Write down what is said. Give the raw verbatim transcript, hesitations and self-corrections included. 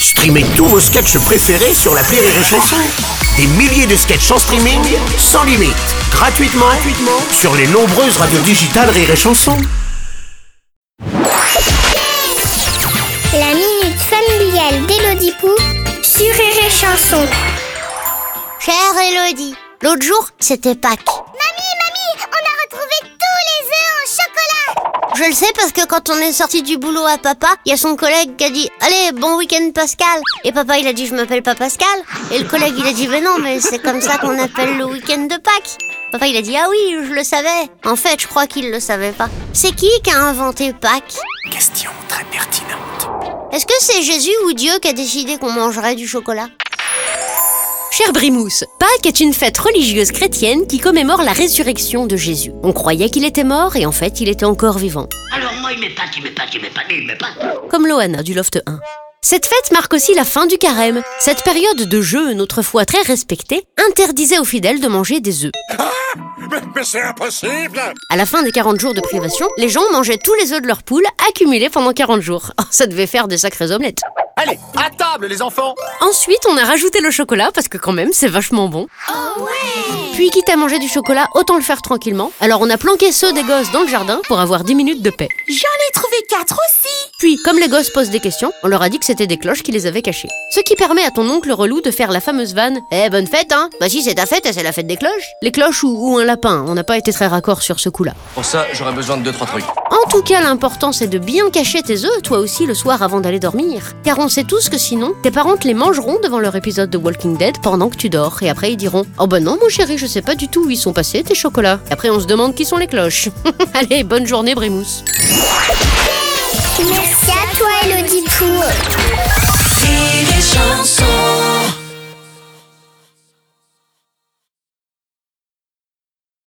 Streamez tous vos sketchs préférés sur l'appli Rire et Chanson. Des milliers de sketchs en streaming, sans limite, gratuitement, gratuitement sur les nombreuses radios digitales Rire et Chanson. La minute familiale d'Élodie Pou sur Rire et Chanson. Chère Élodie, l'autre jour, c'était Pâques. Mamie, mamie, on a retrouvé tous les œufs en chocolat. Je le sais parce que quand on est sorti du boulot à papa, il y a son collègue qui a dit « Allez, bon week-end Pascal !» Et papa il a dit « Je m'appelle pas Pascal !» Et le collègue il a dit « Mais non, mais c'est comme ça qu'on appelle le week-end de Pâques !» Papa il a dit « Ah oui, je le savais !» En fait, je crois qu'il le savait pas. C'est qui qui a inventé Pâques? Question très pertinente. Est-ce que c'est Jésus ou Dieu qui a décidé qu'on mangerait du chocolat? Cher Brimousse, Pâques est une fête religieuse chrétienne qui commémore la résurrection de Jésus. On croyait qu'il était mort et en fait il était encore vivant. Alors moi il m'épate, il m'épate, il m'épate, il m'épate. Comme Loana du Loft un. Cette fête marque aussi la fin du carême. Cette période de jeûne, autrefois très respectée, interdisait aux fidèles de manger des œufs. Ah, mais, mais c'est impossible! À la fin des quarante jours de privation, les gens mangeaient tous les œufs de leur poule accumulés pendant quarante jours. Oh, ça devait faire des sacrées omelettes. Allez, à table les enfants! Ensuite, on a rajouté le chocolat parce que quand même, c'est vachement bon. Oh ouais. Puis, quitte à manger du chocolat, autant le faire tranquillement. Alors, on a planqué ceux des gosses dans le jardin pour avoir dix minutes de paix. J'en ai trouvé quatre aussi. Puis, comme les gosses posent des questions, on leur a dit que c'était des cloches qui les avaient cachées. Ce qui permet à ton oncle relou de faire la fameuse vanne « Eh, bonne fête, hein !» Bah si, c'est ta fête et c'est la fête des cloches. Les cloches ou, ou un lapin, on n'a pas été très raccord sur ce coup-là. Pour ça, j'aurais besoin de deux trois trucs. En tout cas, l'important c'est de bien cacher tes œufs, toi aussi, le soir avant d'aller dormir. Car on sait tous que sinon, tes parents te les mangeront devant leur épisode de Walking Dead pendant que tu dors. Et après, ils diront « Oh bah non, mon chéri, je sais pas du tout où ils sont passés, tes chocolats. » Et après, on se demande qui sont les cloches. Allez, bonne journée, Brimousse. Merci à toi, Élodie Pou.